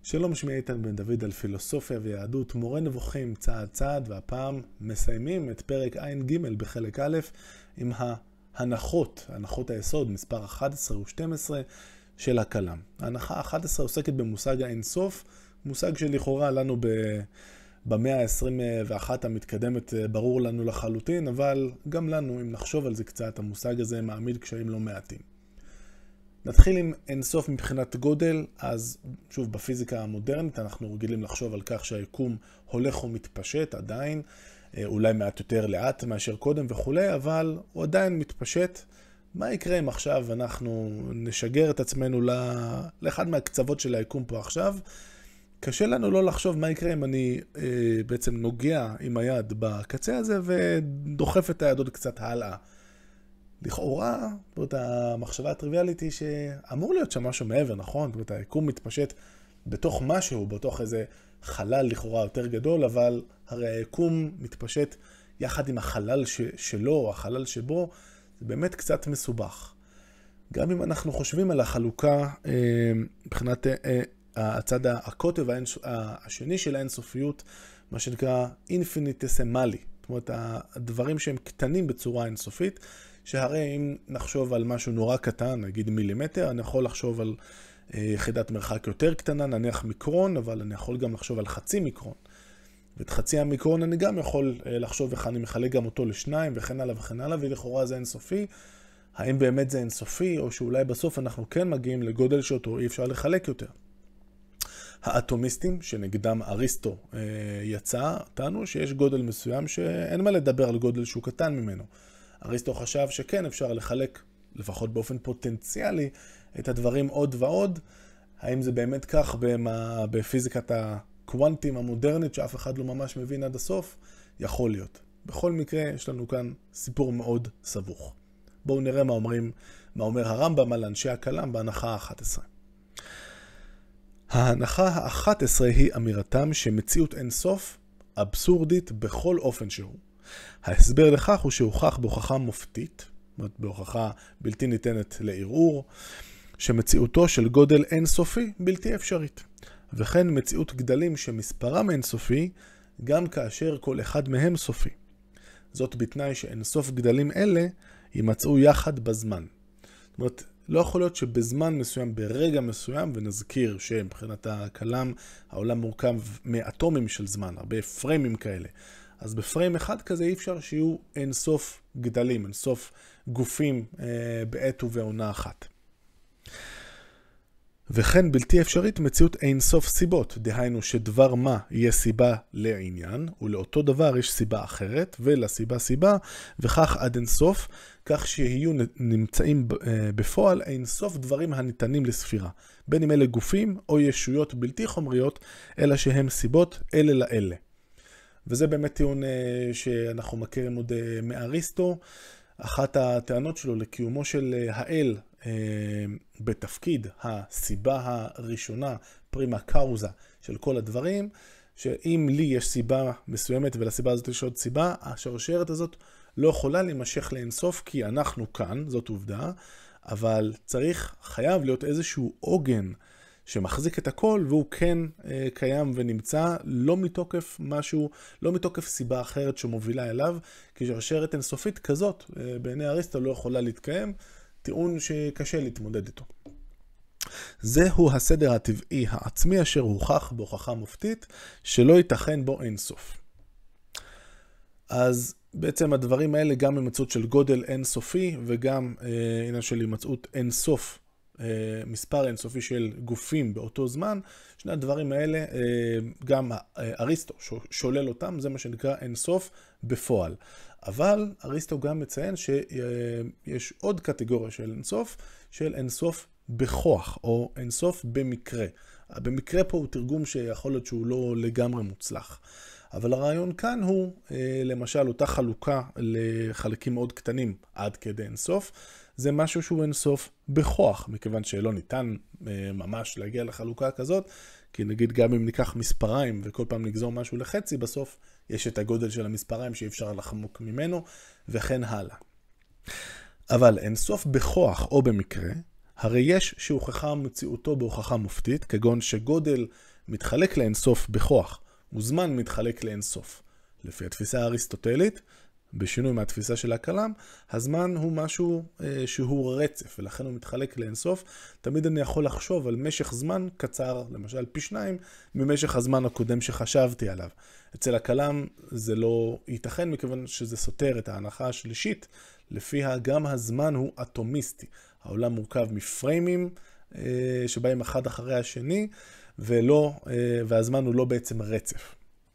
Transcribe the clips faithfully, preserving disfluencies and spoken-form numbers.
שלום, שמי איתן בן דוד על פילוסופיה ויהדות, מורה נבוכים צעד צעד, והפעם מסיימים את פרק עין ג' בחלק א' עם ההנחות, הנחות היסוד, מספר אחת עשרה ו-שתים עשרה של הכלם. ההנחה אחת עשרה עוסקת במושג האינסוף, מושג שלכאורה לנו ב... במאה ה-עשרים ואחת המתקדמת ברור לנו לחלוטין, אבל גם לנו, אם נחשוב על זה קצת, המושג הזה מעמיד קשיים לא מעטים. נתחיל עם אינסוף מבחינת גודל. אז שוב, בפיזיקה המודרנית אנחנו רגילים לחשוב על כך שהיקום הולך ומתפשט עדיין, אולי מעט יותר לאט מאשר קודם וכו', אבל הוא עדיין מתפשט. מה יקרה אם עכשיו אנחנו נשגר את עצמנו לאחד מהקצוות של היקום פה עכשיו? קשה לנו לא לחשוב מה יקרה אם אני אה, בעצם נוגע עם היד בקצה הזה ודוחף את הידות קצת הלאה. לכאורה, זאת אומרת, המחשבה הטריוויאלית היא שאמור להיות שם משהו מעבר, נכון? זאת אומרת, היקום מתפשט בתוך משהו, בתוך איזה חלל לכאורה יותר גדול, אבל הרי היקום מתפשט יחד עם החלל ש- שלו, החלל שבו, זה באמת קצת מסובך. גם אם אנחנו חושבים על החלוקה, אה, מבחינת אה, הצד הקוטב השני של האינסופיות, מה שנקרא אינפיניטסימלי. זאת אומרת, הדברים שהם קטנים בצורה אינסופית, שהרי אם נחשוב על משהו נורא קטן, נגיד מילימטר, אני יכול לחשוב על יחידת מרחק יותר קטנה, נניח מיקרון, אבל אני יכול גם לחשוב על חצי מיקרון. ואת חצי המיקרון אני גם יכול לחשוב איך אני מחלק גם אותו לשניים וכן הלאה וכן הלאה, ולכאורה זה אינסופי. האם באמת זה אינסופי, או שאולי בסוף אנחנו כן מגיעים לגודל שאותו אי אפשר לחלק יותר. האטומיסטים, שנגדם אריסטו יצא, טענו שיש גודל מסוים שאין מה לדבר על גודל שהוא קטן ממנו. אריסטו חשב שכן אפשר לחלק, לפחות באופן פוטנציאלי, את הדברים עוד ועוד. האם זה באמת כך בפיזיקת הקוונטים המודרנית, שאף אחד לא ממש מבין עד הסוף? יכול להיות. בכל מקרה, יש לנו כאן סיפור מאוד סבוך. בואו נראה מה אומרים, מה אומר הרמב"ם על אנשי הכלם בהנחה ה-אחת עשרה. ההנחה ה-אחת עשרה היא אמירתם שמציאות אינסוף אבסורדית בכל אופן שהוא. ההסבר לכך הוא שהוכח בהוכחה מופתית, בהוכחה בלתי ניתנת לערעור, שמציאותו של גודל אינסופי בלתי אפשרית. וכן מציאות גדלים שמספרם אינסופי, גם כאשר כל אחד מהם סופי. זאת בתנאי שאינסוף גדלים אלה יימצאו יחד בזמן. זאת אומרת, לא יכול להיות שבזמן מסוים, ברגע מסוים, ונזכיר שמבחינת הכלם, העולם מורכב מאטומים של זמן, הרבה פריימים כאלה. אז בפריים אחד כזה אי אפשר שיהיו אינסוף גדלים, אינסוף גופים אה, בעת ובעונה אחת. וכן בלתי אפשרית מציאות אינסוף סיבות, דהיינו שדבר מה יהיה סיבה לעניין, ולאותו דבר יש סיבה אחרת, ולסיבה סיבה, וכך עד אינסוף, כך שיהיו נמצאים בפועל אינסוף דברים הניתנים לספירה, בין אם אלה גופים או ישויות בלתי חומריות, אלא שהם סיבות אלה לאלה. וזה באמת טיעון שאנחנו מכירים עוד מאריסטו. אחת הטענות שלו לקיומו של האל בתפקיד הסיבה הראשונה, פרימה קאוזה של כל הדברים, שאם לי יש סיבה מסוימת ולסיבה הזאת יש עוד סיבה, השרשרת הזאת לא יכולה להימשך לאינסוף כי אנחנו כאן, זאת עובדה, אבל צריך, חייב להיות איזשהו עוגן שמחזיק את הכל, והוא כן אה, קיים ונמצא, לא מתוקף משהו, לא מתוקף סיבה אחרת שמובילה אליו, כי שרשרת אינסופית כזאת, אה, בעיני אריסטו לא יכולה להתקיים, טיעון שקשה להתמודד איתו. זהו הסדר הטבעי העצמי אשר הוכח בהוכחה מופתית, שלא ייתכן בו אינסוף. אז בעצם הדברים האלה, גם הימצאות של גודל אינסופי, וגם אה, עניין של הימצאות אינסוף, מספר אינסופי של גופים באותו זמן, שני הדברים האלה, גם אריסטו שולל אותם, זה מה שנקרא אינסוף בפועל. אבל אריסטו גם מציין שיש עוד קטגוריה של אינסוף, של אינסוף בכוח, או אינסוף במקרה. במקרה פה הוא תרגום שיכול להיות שהוא לא לגמרי מוצלח. אבל הרעיון כאן הוא, למשל, אותה חלוקה לחלקים מאוד קטנים עד כדי אינסוף, זה משהו שהוא אינסוף בכוח, מכיוון שלא ניתן ממש להגיע לחלוקה כזאת, כי נגיד גם אם ניקח מספריים וכל פעם נגזור משהו לחצי, בסוף יש את הגודל של המספריים שאי אפשר לחמוק ממנו, וכן הלאה. אבל אינסוף בכוח או במקרה, הרי יש שהוכחה מציאותו בהוכחה מופתית, כגון שגודל מתחלק לאינסוף בכוח, וזמן מתחלק לאינסוף. לפי התפיסה האריסטוטלית, בשינוי מהתפיסה של הכלם, הזמן הוא משהו אה, שהוא רצף, ולכן הוא מתחלק לאינסוף. תמיד אני יכול לחשוב על משך זמן קצר, למשל פי שניים, ממשך הזמן הקודם שחשבתי עליו. אצל הכלם זה לא ייתכן, מכיוון שזה סותר את ההנחה השלישית, לפיה גם הזמן הוא אטומיסטי. העולם מורכב מפריימים אה, שבאים אחד אחרי השני, ולא, אה, והזמן הוא לא בעצם רצף.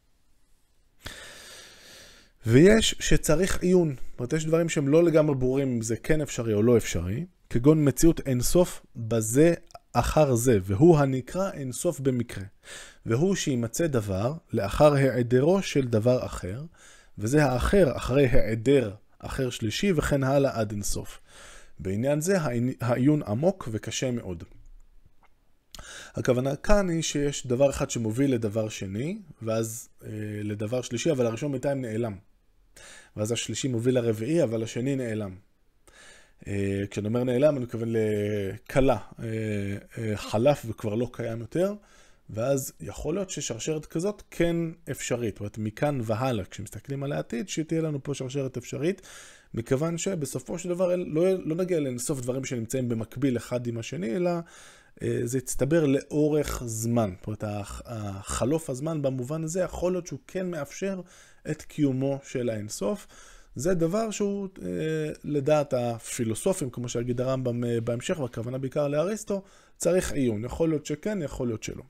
ויש שצריך עיון. זאת אומרת, יש דברים שהם לא לגמרי ברורים אם זה כן אפשרי או לא אפשרי, כגון מציאות אינסוף בזה אחר זה, והוא הנקרא אינסוף במקרה. והוא שימצא דבר לאחר העדרו של דבר אחר, וזה האחר אחרי העדר אחר שלישי, וכן הלאה עד אינסוף. בעניין זה העיון עמוק וקשה מאוד. הכוונה כאן היא שיש דבר אחד שמוביל לדבר שני, ואז אה, לדבר שלישי, אבל הראשון בינתיים נעלם. ואז השלישי מוביל לרביעי, אבל השני נעלם. אה, כשאני אומר נעלם, אני מתכוון לקלה, אה, אה, חלף וכבר לא קיים יותר, ואז יכול להיות ששרשרת כזאת כן אפשרית. זאת אומרת, מכאן והלאה, כשמסתכלים על העתיד, שתהיה לנו פה שרשרת אפשרית, מכיוון שבסופו של דבר לא, לא נגיע לאינסוף דברים שנמצאים במקביל אחד עם השני, אלא זה יצטבר לאורך זמן. זאת אומרת, החלוף הזמן במובן הזה יכול להיות שהוא כן מאפשר את קיומו של האינסוף. זה דבר שהוא לדעת הפילוסופים, כמו שיגיד הרמב"ם בהמשך, והכוונה בעיקר לאריסטו, צריך עיון. יכול להיות שכן, יכול להיות שלא.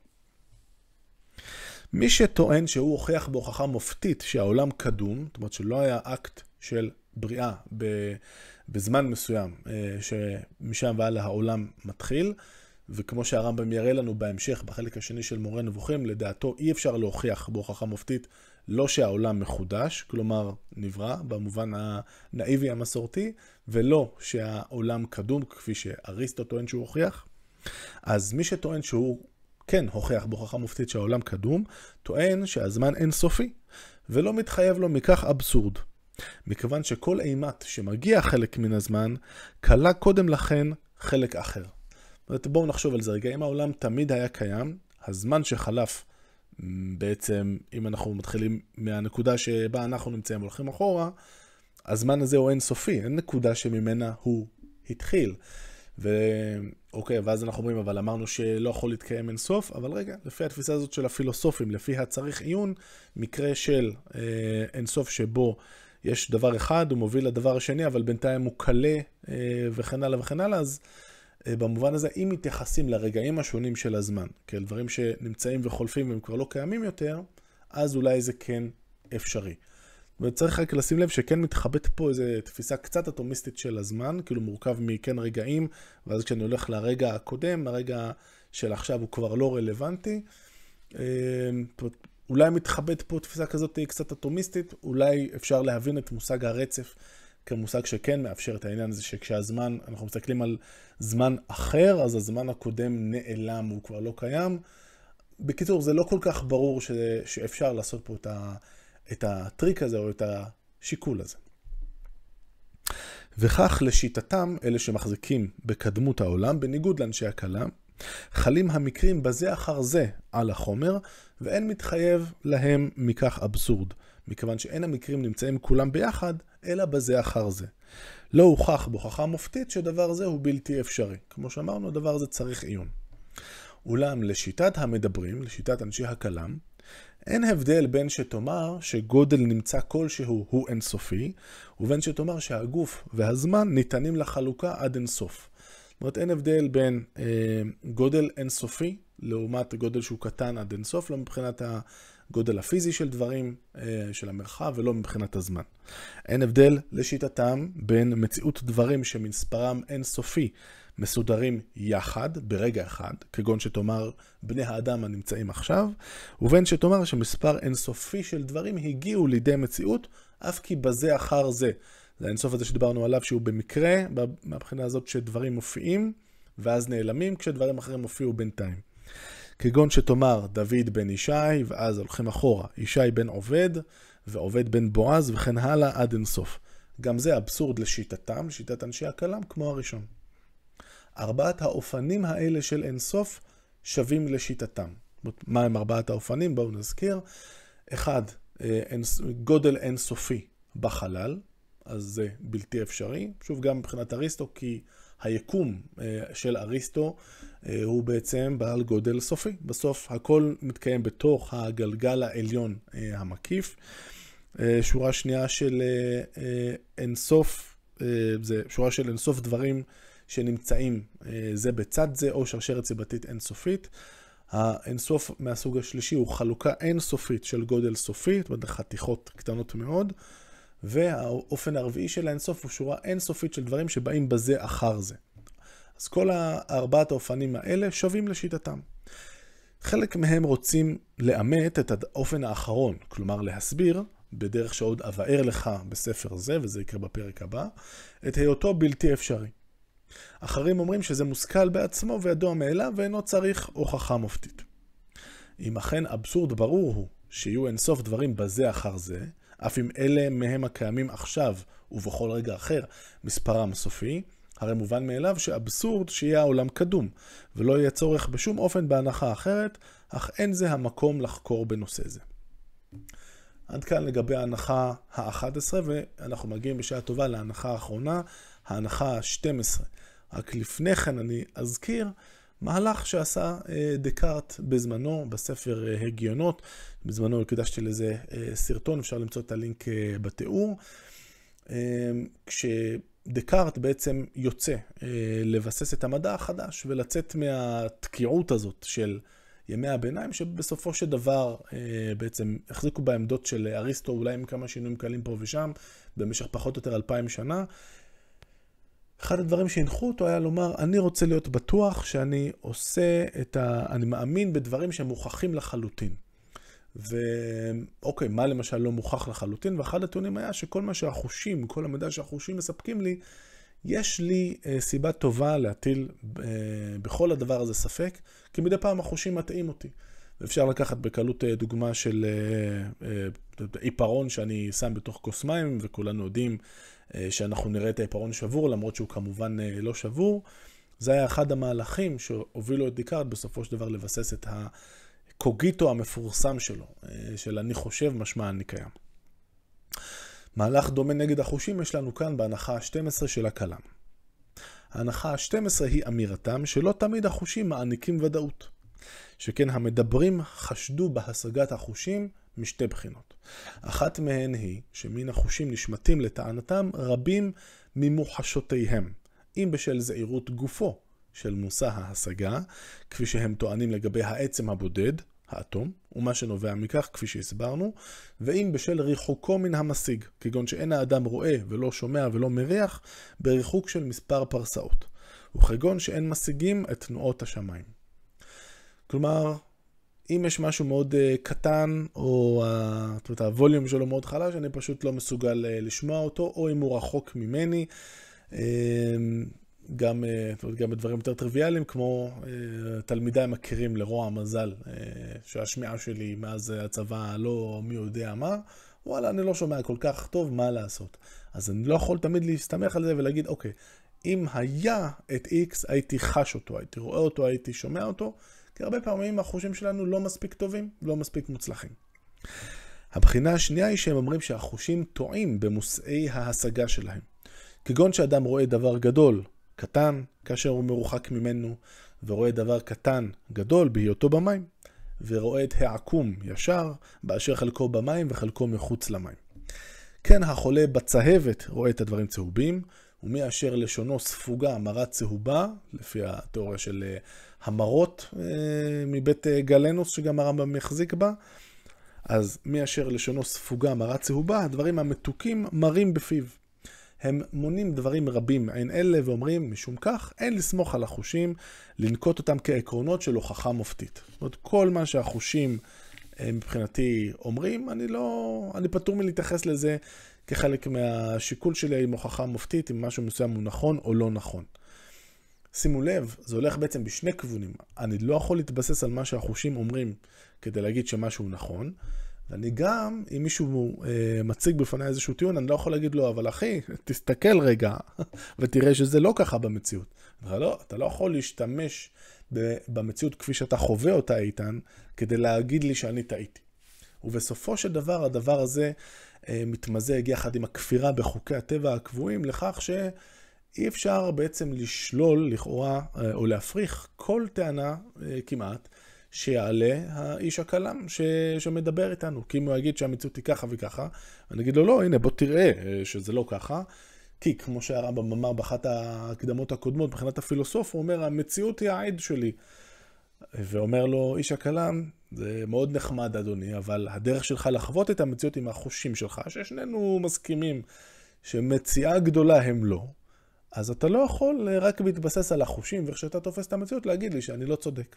מי שטוען שהוא הוכיח בהוכחה מופתית שהעולם קדום, זאת אומרת שלא היה אקט של בריאה בזמן מסוים, שמשם והלאה העולם מתחיל, וכמו שהרמב"ם יראה לנו בהמשך, בחלק השני של מורה נבוכים, לדעתו אי אפשר להוכיח בהוכחה מופתית לא שהעולם מחודש, כלומר נברא במובן הנאיבי המסורתי, ולא שהעולם קדום, כפי שאריסטו טוען שהוא הוכיח. אז מי שטוען שהוא כן הוכיח בהוכחה מופתית שהעולם קדום, טוען שהזמן אינסופי, ולא מתחייב לו מכך אבסורד. מכיוון שכל אימת שמגיע חלק מן הזמן, קלה קודם לכן חלק אחר. בואו נחשוב על זה רגע. אם העולם תמיד היה קיים, הזמן שחלף, בעצם אם אנחנו מתחילים מהנקודה שבה אנחנו נמצאים והולכים אחורה, הזמן הזה הוא אינסופי, אין נקודה שממנה הוא התחיל. ואוקיי, ואז אנחנו אומרים, אבל אמרנו שלא יכול להתקיים אינסוף, אבל רגע, לפי התפיסה הזאת של הפילוסופים, לפי הצריך עיון, מקרה של אה, אינסוף שבו יש דבר אחד, הוא מוביל לדבר השני, אבל בינתיים הוא קלה אה, וכן הלאה וכן הלאה, אז אה, במובן הזה, אם מתייחסים לרגעים השונים של הזמן, כאל דברים שנמצאים וחולפים והם כבר לא קיימים יותר, אז אולי זה כן אפשרי. וצריך רק לשים לב שכן מתחבט פה איזו תפיסה קצת אטומיסטית של הזמן, כאילו מורכב מכן רגעים, ואז כשאני הולך לרגע הקודם, הרגע של עכשיו הוא כבר לא רלוונטי. אולי מתחבט פה תפיסה כזאת קצת אטומיסטית, אולי אפשר להבין את מושג הרצף כמושג שכן מאפשר את העניין הזה, שכשהזמן, אנחנו מסתכלים על זמן אחר, אז הזמן הקודם נעלם, הוא כבר לא קיים. בקיצור, זה לא כל כך ברור ש... שאפשר לעשות פה את ה... את הטריק הזה או את השיקול הזה. וכך לשיטתם, אלה שמחזיקים בקדמות העולם, בניגוד לאנשי הכלם, חלים המקרים בזה אחר זה על החומר, ואין מתחייב להם מכך אבסורד, מכיוון שאין המקרים נמצאים כולם ביחד, אלא בזה אחר זה. לא הוכח בהוכחה מופתית שדבר זה הוא בלתי אפשרי. כמו שאמרנו, הדבר הזה צריך עיון. אולם לשיטת המדברים, לשיטת אנשי הכלם, אין הבדל בין שתאמר שגודל נמצא כלשהו הוא אינסופי, ובין שתאמר שהגוף והזמן ניתנים לחלוקה עד אינסוף. זאת אומרת, אין הבדל בין אה, גודל אינסופי, לעומת גודל שהוא קטן עד אינסוף, לא מבחינת הגודל הפיזי של דברים, אה, של המרחב, ולא מבחינת הזמן. אין הבדל לשיטתם בין מציאות דברים שמספרם אינסופי, מסודרים יחד, ברגע אחד, כגון שתאמר בני האדם הנמצאים עכשיו, ובין שתאמר שמספר אינסופי של דברים הגיעו לידי מציאות, אף כי בזה אחר זה. זה האינסוף הזה שדיברנו עליו, שהוא במקרה, מהבחינה הזאת שדברים מופיעים, ואז נעלמים, כשדברים אחרים מופיעו בינתיים. כגון שתאמר דוד בן ישי, ואז הולכים אחורה, ישי בן עובד, ועובד בן בועז, וכן הלאה עד אינסוף. גם זה אבסורד לשיטתם, לשיטת אנשי הכלם, כמו הראשון. ארבעת האופנים האלה של אינסוף שווים לשיטתם. מה הם ארבעת האופנים? בואו נזכיר. אחד, גודל אינסופי בחלל, אז זה בלתי אפשרי. שוב, גם מבחינת אריסטו, כי היקום של אריסטו הוא בעצם בעל גודל סופי. בסוף הכל מתקיים בתוך הגלגל העליון המקיף. שורה שנייה של אינסוף, זה שורה של אינסוף דברים שנמצאים זה בצד זה, או שרשרת סיבתית אינסופית. האינסוף מהסוג השלישי הוא חלוקה אינסופית של גודל סופי, זאת אומרת חתיכות קטנות מאוד. והאופן הרביעי של האינסוף הוא שורה אינסופית של דברים שבאים בזה אחר זה. אז כל הארבעת האופנים האלה שווים לשיטתם. חלק מהם רוצים לאמת את האופן האחרון, כלומר להסביר, בדרך שעוד אבאר לך בספר זה, וזה יקרה בפרק הבא, את היותו בלתי אפשרי. אחרים אומרים שזה מושכל בעצמו וידוע מאליו ואינו צריך הוכחה מופתית. אם אכן אבסורד ברור הוא שיהיו אינסוף דברים בזה אחר זה, אף אם אלה מהם הקיימים עכשיו ובכל רגע אחר מספרם סופי, הרי מובן מאליו שאבסורד שיהיה העולם קדום, ולא יהיה צורך בשום אופן בהנחה אחרת, אך אין זה המקום לחקור בנושא זה. עד כאן לגבי ההנחה ה-אחת עשרה, ואנחנו מגיעים בשעה טובה להנחה האחרונה, ההנחה ה-שתים עשרה. רק לפני כן אני אזכיר מהלך שעשה דקארט בזמנו בספר הגיונות. בזמנו הקדשתי לזה סרטון, אפשר למצוא את הלינק בתיאור. כשדקארט בעצם יוצא לבסס את המדע החדש ולצאת מהתקיעות הזאת של ימי הביניים, שבסופו של דבר בעצם החזיקו בעמדות של אריסטו, אולי עם כמה שינויים קלים פה ושם, במשך פחות או יותר אלפיים שנה. אחד הדברים שהנחו אותו היה לומר, אני רוצה להיות בטוח שאני עושה את ה... אני מאמין בדברים שהם מוכחים לחלוטין. ואוקיי, מה למשל לא מוכח לחלוטין? ואחד הטיעונים היה שכל מה שהחושים, כל המידע שהחושים מספקים לי, יש לי סיבה טובה להטיל בכל הדבר הזה ספק, כי מדי פעם החושים מטעים אותי. ואפשר לקחת בקלות דוגמה של עיפרון שאני שם בתוך כוס מים, וכולנו יודעים שאנחנו נראה את העיפרון שבור, למרות שהוא כמובן לא שבור. זה היה אחד המהלכים שהובילו את דקארט בסופו של דבר לבסס את הקוגיטו המפורסם שלו, של אני חושב משמע אני קיים. מהלך דומה נגד החושים יש לנו כאן בהנחה ה-שתים עשרה של הכלם. ההנחה ה-שתים עשרה היא אמירתם שלא תמיד החושים מעניקים ודאות. שכן המדברים חשדו בהשגת החושים משתי בחינות. אחת מהן היא שמן החושים נשמטים לטענתם רבים ממוחשותיהם, אם בשל זהירות גופו של מושא ההשגה, כפי שהם טוענים לגבי העצם הבודד, האטום, ומה שנובע מכך, כפי שהסברנו, ואם בשל ריחוקו מן המשיג, כגון שאין האדם רואה ולא שומע ולא מריח, בריחוק של מספר פרסאות, וכגון שאין משיגים את תנועות השמיים. כלומר, אם יש משהו מאוד קטן, או הווליום שלו מאוד חלש, אני פשוט לא מסוגל לשמוע אותו, או אם הוא רחוק ממני, גם, גם בדברים יותר טריוויאליים, כמו תלמידיי מכירים לרוע המזל, שהשמיעה שלי מאז הצבא לא מי יודע מה, וואלה, אני לא שומע כל כך טוב מה לעשות. אז אני לא יכול תמיד להסתמך על זה ולהגיד, אוקיי, אם היה את X, הייתי חש אותו, הייתי רואה אותו, הייתי שומע אותו, כי הרבה פעמים החושים שלנו לא מספיק טובים, לא מספיק מוצלחים. הבחינה השנייה היא שהם אומרים שהחושים טועים במושאי ההשגה שלהם. כגון שאדם רואה דבר גדול, קטן, כאשר הוא מרוחק ממנו, ורואה דבר קטן, גדול, בהיותו במים, ורואה את העקום ישר, באשר חלקו במים וחלקו מחוץ למים. כן, החולה בצהבת רואה את הדברים צהובים, ומי אשר לשונו ספוגה, מרה צהובה, לפי התיאוריה של המרות מבית גלנוס, שגם הרמב"ם מחזיק בה, אז מי אשר לשונו ספוגה, מרה צהובה, הדברים המתוקים מרים בפיו. הם מונים דברים רבים מעין אלה ואומרים, משום כך, אין לסמוך על החושים, לנקוט אותם כעקרונות של הוכחה מופתית. זאת אומרת, כל מה שהחושים מבחינתי אומרים, אני לא, אני פטור מלהתייחס לזה כחלק מהשיקול שלי עם הוכחה מופתית, אם משהו מסוים הוא נכון או לא נכון. שימו לב, זה הולך בעצם בשני כיוונים. אני לא יכול להתבסס על מה שהחושים אומרים כדי להגיד שמשהו נכון, ואני גם, אם מישהו אה, מציג בפני איזשהו טיעון, אני לא יכול להגיד לו, אבל אחי, תסתכל רגע, ותראה שזה לא ככה במציאות. לא, אתה לא יכול להשתמש במציאות כפי שאתה חווה אותה, איתן, כדי להגיד לי שאני טעיתי. ובסופו של דבר, הדבר הזה אה, מתמזג יחד עם הכפירה בחוקי הטבע הקבועים, לכך שאי אפשר בעצם לשלול, לכאורה, אה, או להפריך כל טענה אה, כמעט, שיעלה האיש הקלם ש... שמדבר איתנו. כי אם הוא יגיד שהמציאות היא ככה וככה, אני אגיד לו, לא, הנה, בוא תראה שזה לא ככה. כי כמו שהרמב"ם אמר באחת ההקדמות הקודמות, מבחינת הפילוסוף, הוא אומר, המציאות היא העד שלי. ואומר לו, איש הקלם, זה מאוד נחמד, אדוני, אבל הדרך שלך לחוות את המציאות עם החושים שלך, ששנינו מסכימים שמציאה גדולה הם לא, אז אתה לא יכול רק להתבסס על החושים, וכשאתה תופס את המציאות, להגיד לי שאני לא צודק.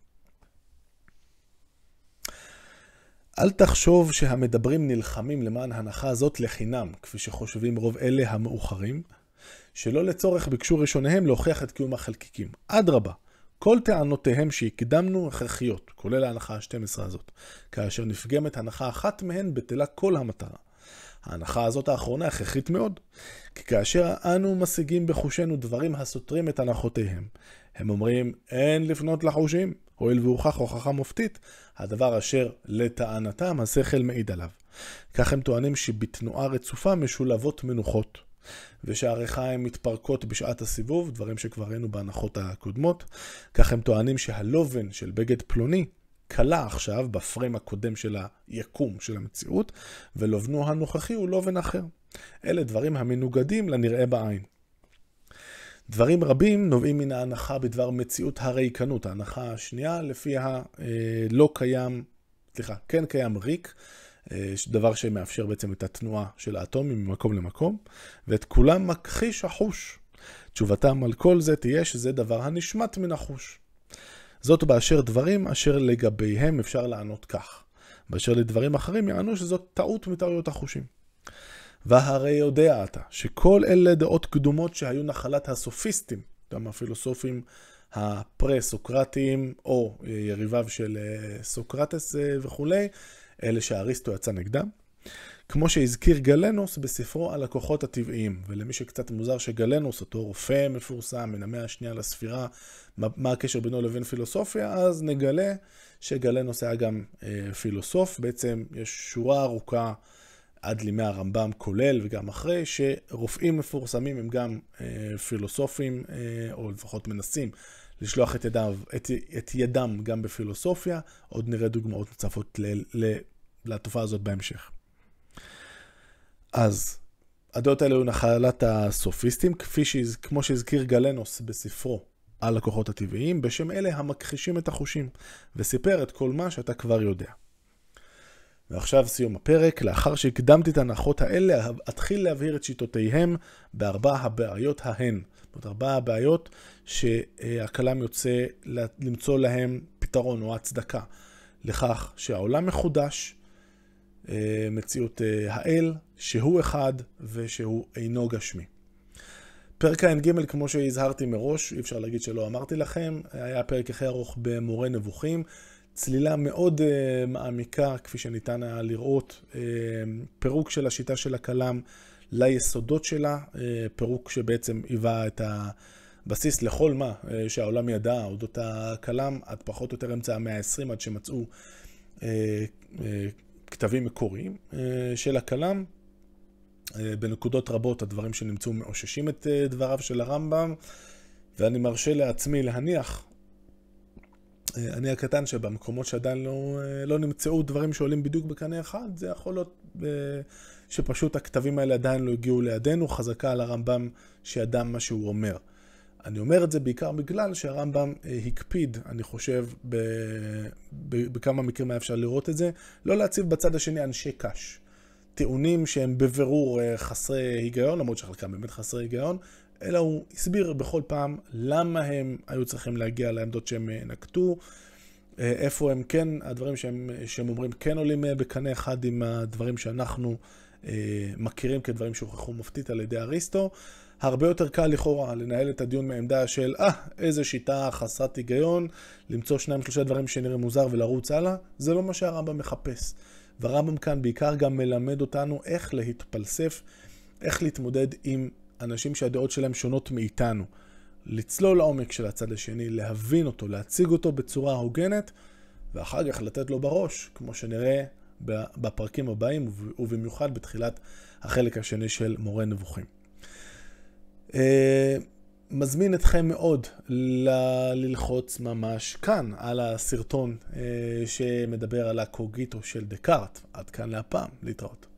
אל תחשוב שהמדברים נלחמים למען הנחה הזאת לחינם, כפי שחושבים רוב אלה המאוחרים, שלא לצורך ביקשו ראשונהם להוכיח את קיום החלקיקים. אדרבה, כל טענותיהם שהקדמנו הכרחיות, כולל ההנחה ה-שתים עשרה הזאת, כאשר נפגמת הנחה אחת מהן בטלה כל המטרה. ההנחה הזאת האחרונה הכרחית מאוד, כי כאשר אנו משיגים בחושנו דברים הסותרים את הנחותיהם, הם אומרים, אין לפנות לחושים, הואיל והוכח הוכחה מופתית, הדבר אשר לטענתם השכל מעיד עליו. כך הם טוענים שבתנועה רצופה משולבות מנוחות, ושהעריכיים מתפרקות בשעת הסיבוב, דברים שכבר ראינו בהנחות הקודמות. כך הם טוענים שהלובן של בגד פלוני קלה עכשיו בפריים הקודם של היקום של המציאות, ולובנו הנוכחי הוא לובן אחר. אלה דברים המנוגדים לנראה בעין. דברים רבים נובעים מן ההנחה בדבר מציאות הריקנות. ההנחה השנייה לפיה אה, לא קיים, סליחה, כן קיים ריק, אה, דבר שמאפשר בעצם את התנועה של האטומים ממקום למקום, ואת כולם מכחיש החוש. תשובתם על כל זה תהיה שזה דבר הנשמט מן החוש. זאת באשר דברים אשר לגביהם אפשר לענות כך. באשר לדברים אחרים יענו שזאת טעות מטעויות החושים. והרי יודע אתה שכל אלה דעות קדומות שהיו נחלת הסופיסטים, גם הפילוסופים הפרה-סוקרטיים או יריביו של סוקרטס וכו', אלה שהאריסטו יצא נגדם, כמו שהזכיר גלנוס בספרו על הכוחות הטבעיים. ולמי שקצת מוזר שגלנוס, אותו רופא מפורסם מן המאה השנייה לספירה, מה, מה הקשר בינו לבין פילוסופיה, אז נגלה שגלנוס היה גם אה, פילוסוף. בעצם יש שורה ארוכה עד לימי הרמב"ם כולל וגם אחרי, שרופאים מפורסמים הם גם אה, פילוסופים, אה, או לפחות מנסים לשלוח את ידם, את, את ידם גם בפילוסופיה. עוד נראה דוגמאות נוספות ל, ל, לתופעה הזאת בהמשך. אז הדעות האלה היו נחלת הסופיסטים, כפי שהז, כמו שהזכיר גלנוס בספרו על הכוחות הטבעיים, בשם אלה המכחישים את החושים, וסיפר את כל מה שאתה כבר יודע. ועכשיו סיום הפרק. לאחר שהקדמתי את ההנחות האלה, אתחיל להבהיר את שיטותיהם בארבע הבעיות ההן. זאת ארבע הבעיות שהכלם יוצא למצוא להם פתרון או הצדקה לכך שהעולם מחודש, מציאות האל, שהוא אחד ושהוא אינו גשמי. פרק ע"ג, כמו שהזהרתי מראש, אי אפשר להגיד שלא אמרתי לכם, היה פרק הכי ארוך במורה נבוכים, צלילה מאוד uh, מעמיקה, כפי שניתן היה לראות, uh, פירוק של השיטה של הכלם ליסודות שלה, uh, פירוק שבעצם היווה את הבסיס לכל מה uh, שהעולם ידע, אודות הכלם, עד פחות או יותר אמצע המאה ה-עשרים, עד שמצאו uh, uh, כתבים מקוריים uh, של הכלם. Uh, בנקודות רבות הדברים שנמצאו מאוששים את uh, דבריו של הרמב"ם, ואני מרשה לעצמי להניח, אני הקטן, שבמקומות שעדיין לא, לא נמצאו דברים שעולים בדיוק בקנה אחד, זה יכול להיות שפשוט הכתבים האלה עדיין לא הגיעו לידינו, חזקה על הרמב"ם שידע מה שהוא אומר. אני אומר את זה בעיקר בגלל שהרמב"ם הקפיד, אני חושב, ב, ב, בכמה מקרים היה אפשר לראות את זה, לא להציב בצד השני אנשי קש. טיעונים שהם בבירור חסרי היגיון, למרות שחלקם באמת חסרי היגיון, אלא הוא הסביר בכל פעם למה הם היו צריכים להגיע לעמדות שהם נקטו, איפה הם כן, הדברים שהם, שהם אומרים כן עולים בקנה אחד עם הדברים שאנחנו מכירים כדברים שהוכחו מופתית על ידי אריסטו. הרבה יותר קל לכאורה לנהל את הדיון מעמדה של, אה, איזה שיטה חסרת היגיון, למצוא שניים שלושה דברים שנראה מוזר ולרוץ הלאה. זה לא מה שהרמב"ם מחפש. והרמב"ם כאן בעיקר גם מלמד אותנו איך להתפלסף, איך להתמודד עם אנשים שהדעות שלהם שונות מאיתנו. לצלול לעומק של הצד השני, להבין אותו, להציג אותו בצורה הוגנת, ואחר כך לתת לו בראש, כמו שנראה בפרקים הבאים, ובמיוחד בתחילת החלק השני של מורה נבוכים. מזמין אתכם מאוד ללחוץ ממש כאן על הסרטון שמדבר על הקוגיטו של דקארט. עד כאן להפעם, להתראות.